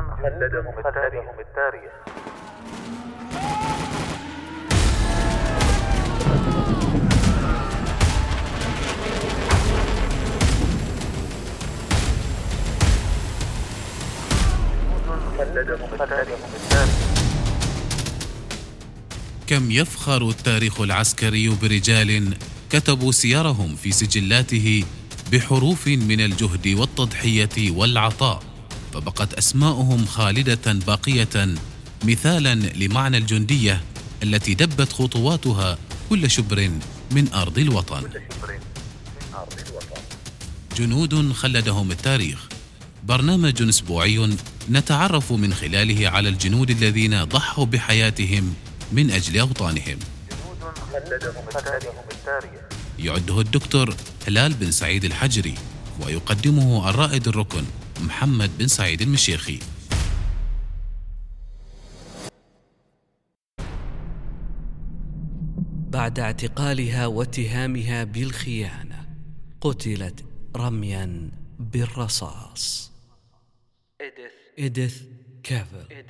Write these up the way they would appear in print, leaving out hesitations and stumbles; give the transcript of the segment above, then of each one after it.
خلدهم التاريخ. كم يفخر التاريخ العسكري برجال كتبوا سيرهم في سجلاته بحروف من الجهد والتضحية والعطاء، فبقت أسماؤهم خالدة باقية مثالا لمعنى الجندية التي دبت خطواتها كل شبر من أرض الوطن. جنود خلدهم التاريخ، برنامج أسبوعي نتعرف من خلاله على الجنود الذين ضحوا بحياتهم من أجل أوطانهم. يعده الدكتور هلال بن سعيد الحجري، ويقدمه الرائد الركن محمد بن سعيد المشيخي. بعد اعتقالها واتهامها بالخيانة قتلت رميا بالرصاص. إديث كافل.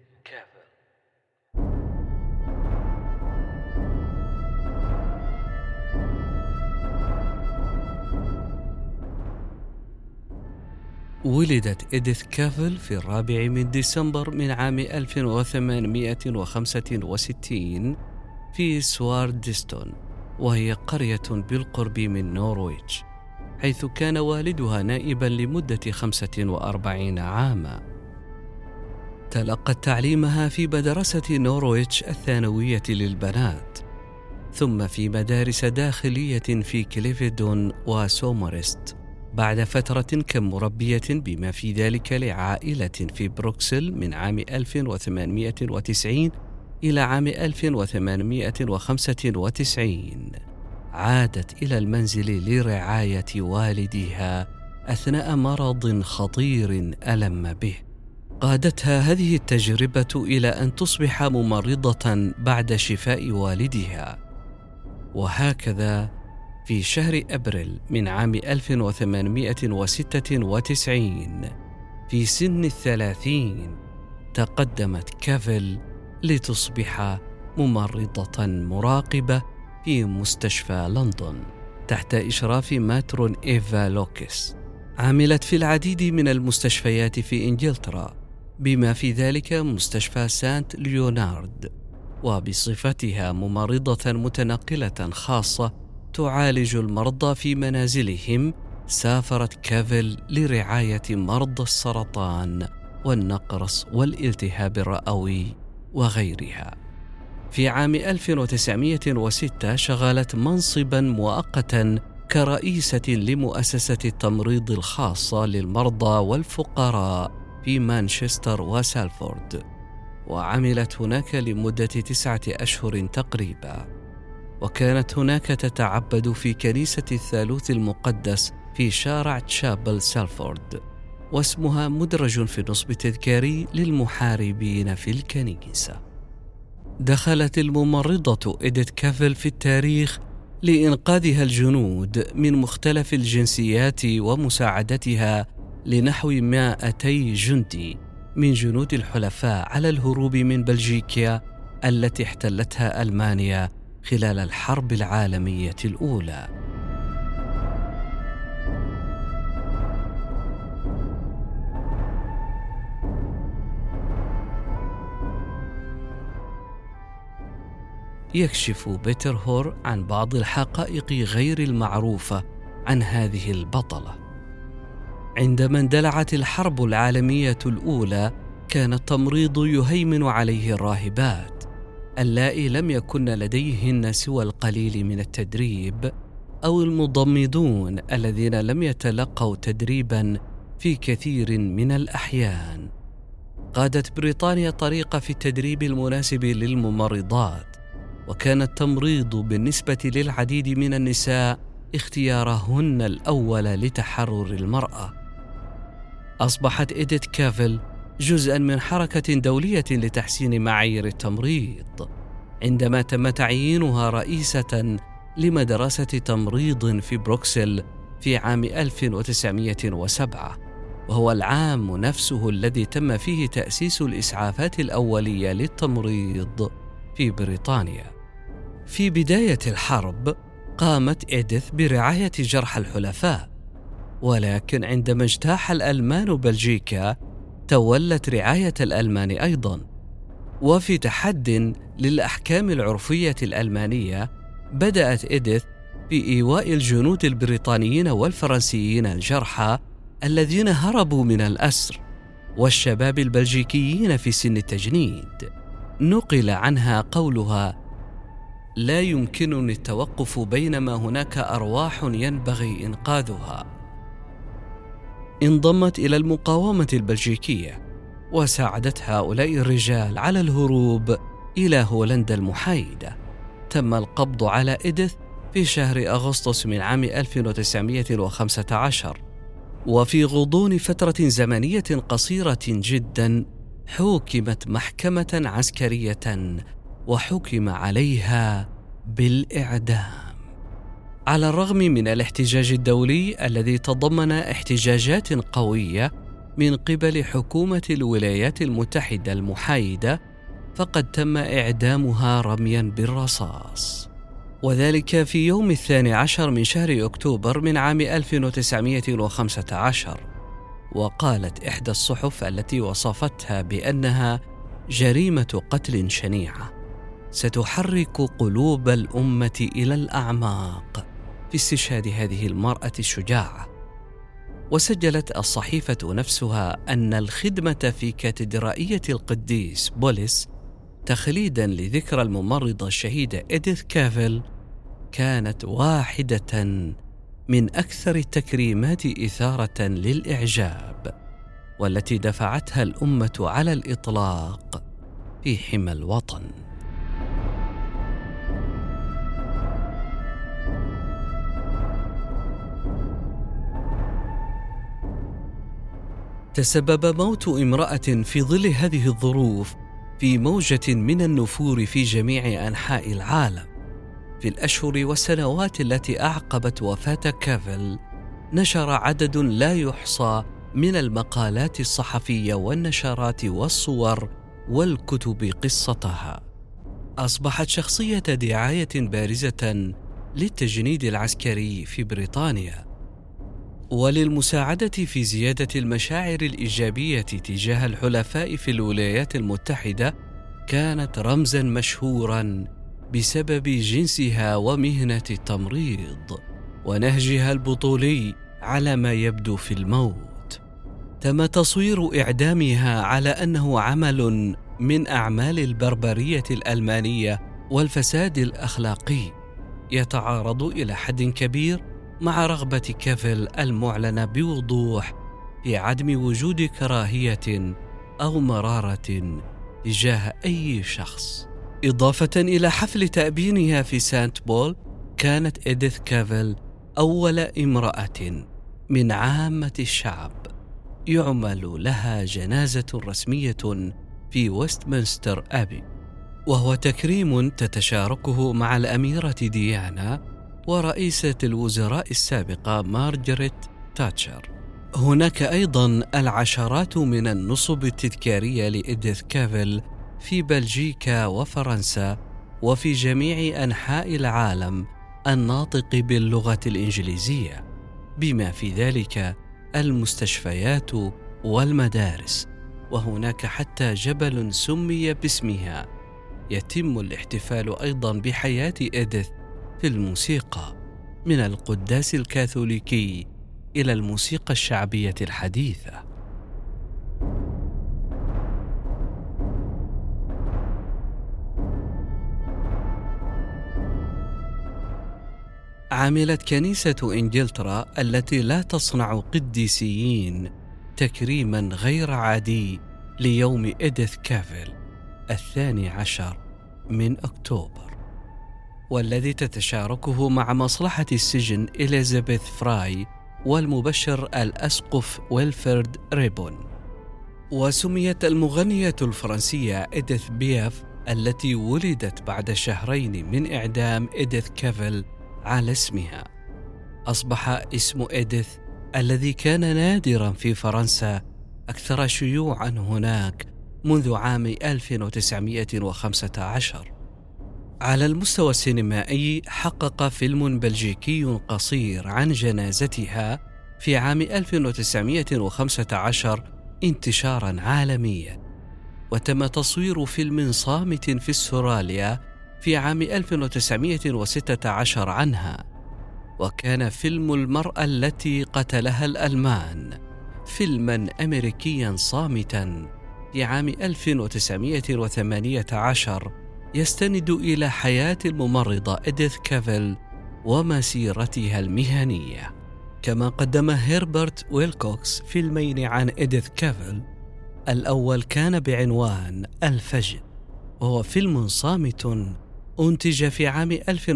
ولدت إديث كافل في 4 ديسمبر من عام 1865 في سواردستون، وهي قرية بالقرب من نورويج، حيث كان والدها نائبا لمدة 45 عاما. تلقت تعليمها في مدرسة نورويج الثانوية للبنات، ثم في مدارس داخلية في كليفيدون وسومرست، بعد فترة كمربية بما في ذلك لعائلة في بروكسل من عام 1890 إلى عام 1895. عادت إلى المنزل لرعاية والدها أثناء مرض خطير ألم به. قادتها هذه التجربة إلى أن تصبح ممرضة بعد شفاء والدها. وهكذا في شهر أبريل من عام 1896 في سن 30 تقدمت كافل لتصبح ممرضة مراقبة في مستشفى لندن تحت إشراف ماترون إيفا لوكيس. عملت في العديد من المستشفيات في إنجلترا بما في ذلك مستشفى سانت ليونارد، وبصفتها ممرضة متنقلة خاصة تعالج المرضى في منازلهم سافرت كافل لرعاية مرضى السرطان والنقرس والالتهاب الرئوي وغيرها. في عام 1906 شغلت منصبا مؤقتا كرئيسة لمؤسسة التمريض الخاصة للمرضى والفقراء في مانشستر وسالفورد، وعملت هناك لمدة 9 أشهر تقريبا. وكانت هناك تتعبد في كنيسة الثالوث المقدس في شارع تشابل سالفورد، واسمها مدرج في النصب التذكاري للمحاربين في الكنيسة. دخلت الممرضة إديث كافل في التاريخ لإنقاذها الجنود من مختلف الجنسيات ومساعدتها لنحو 200 جندي من جنود الحلفاء على الهروب من بلجيكا التي احتلتها ألمانيا خلال الحرب العالمية الأولى. يكشف بيتر هور عن بعض الحقائق غير المعروفة عن هذه البطلة. عندما اندلعت الحرب العالمية الأولى كان التمريض يهيمن عليه الراهبات اللائي لم يكن لديهن سوى القليل من التدريب، أو المضمدون الذين لم يتلقوا تدريبا في كثير من الأحيان. قادت بريطانيا طريقة في التدريب المناسب للممرضات، وكان التمريض بالنسبة للعديد من النساء اختيارهن الأول لتحرر المرأة. أصبحت إديث كافل جزءاً من حركة دولية لتحسين معايير التمريض، عندما تم تعيينها رئيسة لمدرسة تمريض في بروكسل في عام 1907، وهو العام نفسه الذي تم فيه تأسيس الإسعافات الأولية للتمريض في بريطانيا. في بداية الحرب قامت إديث برعاية جرحى الحلفاء، ولكن عندما اجتاح الألمان بلجيكا تولت رعاية الألمان أيضا. وفي تحد للأحكام العرفية الألمانية بدأت إديث بإيواء الجنود البريطانيين والفرنسيين الجرحى الذين هربوا من الأسر والشباب البلجيكيين في سن التجنيد. نقل عنها قولها: لا يمكنني التوقف بينما هناك أرواح ينبغي إنقاذها. انضمت إلى المقاومة البلجيكية وساعدت هؤلاء الرجال على الهروب إلى هولندا المحايدة. تم القبض على إديث في شهر أغسطس من عام 1915، وفي غضون فترة زمنية قصيرة جدا حُكمت محكمة عسكرية وحُكم عليها بالإعدام. على الرغم من الاحتجاج الدولي الذي تضمن احتجاجات قوية من قبل حكومة الولايات المتحدة المحايدة، فقد تم إعدامها رميا بالرصاص، وذلك في يوم 12 من شهر أكتوبر من عام 1915. وقالت إحدى الصحف التي وصفتها بأنها جريمة قتل شنيعة ستحرك قلوب الأمة إلى الأعماق في استشهاد هذه المرأة الشجاعة. وسجلت الصحيفة نفسها أن الخدمة في كاتدرائية القديس بوليس تخليدا لذكرى الممرضة الشهيدة إديث كافيل كانت واحدة من أكثر التكريمات إثارة للإعجاب، والتي دفعتها الأمة على الإطلاق في حمى الوطن. تسبب موت امرأة في ظل هذه الظروف في موجة من النفور في جميع أنحاء العالم. في الأشهر والسنوات التي أعقبت وفاة كافيل نشر عدد لا يحصى من المقالات الصحفية والنشرات والصور والكتب قصتها. أصبحت شخصية دعاية بارزة للتجنيد العسكري في بريطانيا وللمساعدة في زيادة المشاعر الإيجابية تجاه الحلفاء في الولايات المتحدة. كانت رمزاً مشهوراً بسبب جنسها ومهنة التمريض ونهجها البطولي على ما يبدو في الموت. تم تصوير إعدامها على أنه عمل من أعمال البربرية الألمانية والفساد الأخلاقي، يتعارض إلى حد كبير مع رغبة كافيل المعلنة بوضوح في عدم وجود كراهية أو مرارة تجاه أي شخص. إضافة إلى حفل تأبينها في سانت بول، كانت إديث كافيل أول امرأة من عامة الشعب يعمل لها جنازة رسمية في ويستمنستر أبي، وهو تكريم تتشاركه مع الأميرة ديانا ورئيسة الوزراء السابقة مارغريت تاتشر. هناك أيضا العشرات من النصب التذكارية لإديث كافيل في بلجيكا وفرنسا وفي جميع أنحاء العالم الناطق باللغة الإنجليزية، بما في ذلك المستشفيات والمدارس، وهناك حتى جبل سمي باسمها. يتم الاحتفال أيضا بحياة إديث في الموسيقى، من القداس الكاثوليكي إلى الموسيقى الشعبية الحديثة. عملت كنيسة إنجلترا التي لا تصنع قديسيين تكريما غير عادي ليوم إديث كافيل 12 من أكتوبر، والذي تتشاركه مع مصلحة السجن إليزابيث فراي والمبشر الأسقف ويلفرد ريبون. وسميت المغنية الفرنسية إديث بياف التي ولدت بعد شهرين من إعدام إديث كافيل على اسمها. أصبح اسم إديث الذي كان نادرا في فرنسا أكثر شيوعا هناك منذ عام 1915. على المستوى السينمائي حقق فيلم بلجيكي قصير عن جنازتها في عام 1915 انتشارا عالميا، وتم تصوير فيلم صامت في استراليا في عام 1916 عنها، وكان فيلم المرأة التي قتلها الألمان فيلما أمريكيا صامتا في عام 1918 يستند إلى حياة الممرضة إديث كافيل ومسيرتها المهنية. كما قدم هيربرت ويلكوكس فيلمين عن إديث كافيل، الأول كان بعنوان الفجر، وهو فيلم صامت أنتج في عام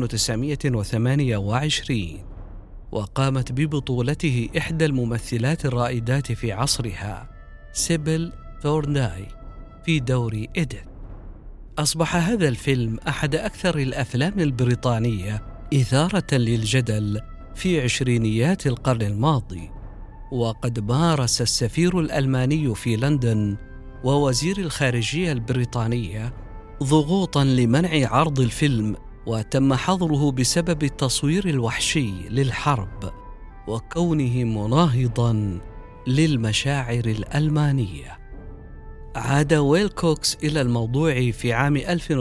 1928، وقامت ببطولته إحدى الممثلات الرائدات في عصرها سيبل ثورنداي في دور إديث. أصبح هذا الفيلم أحد أكثر الأفلام البريطانية إثارة للجدل في عشرينيات القرن الماضي، وقد مارس السفير الألماني في لندن ووزير الخارجية البريطانية ضغوطا لمنع عرض الفيلم، وتم حظره بسبب التصوير الوحشي للحرب وكونه مناهضا للمشاعر الألمانية. عاد ويلكوكس إلى الموضوع في عام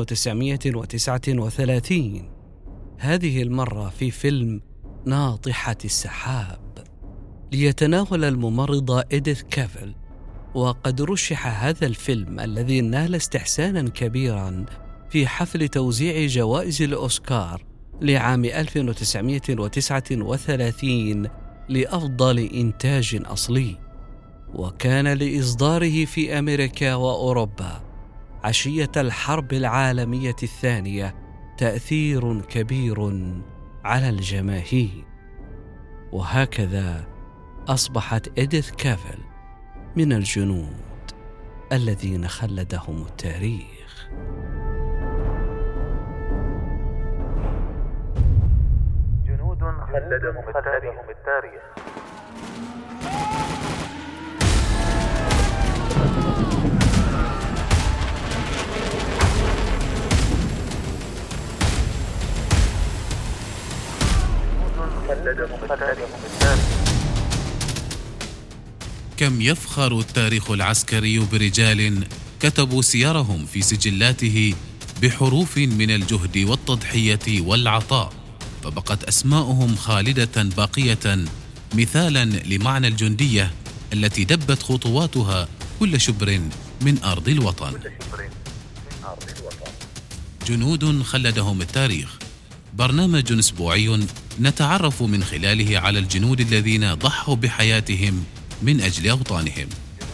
1939، هذه المرة في فيلم ناطحة السحاب، ليتناول الممرضة إديث كافيل. وقد رشح هذا الفيلم الذي نال استحسانا كبيرا في حفل توزيع جوائز الأوسكار لعام 1939 لأفضل إنتاج أصلي، وكان لإصداره في أمريكا وأوروبا عشية الحرب العالمية الثانية تأثير كبير على الجماهير. وهكذا أصبحت إديث كافيل من الجنود الذين خلدهم التاريخ. جنود خلدهم التاريخ. كم يفخر التاريخ العسكري برجال كتبوا سيرهم في سجلاته بحروف من الجهد والتضحية والعطاء، فبقت أسماؤهم خالدة باقية مثالا لمعنى الجندية التي دبت خطواتها كل شبر من أرض الوطن. جنود خلدهم التاريخ، برنامج أسبوعي نتعرف من خلاله على الجنود الذين ضحوا بحياتهم من أجل أوطانهم.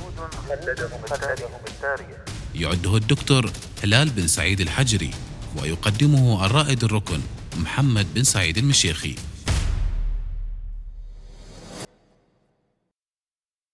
يعده الدكتور هلال بن سعيد الحجري، ويقدمه الرائد الركن محمد بن سعيد المشيخي.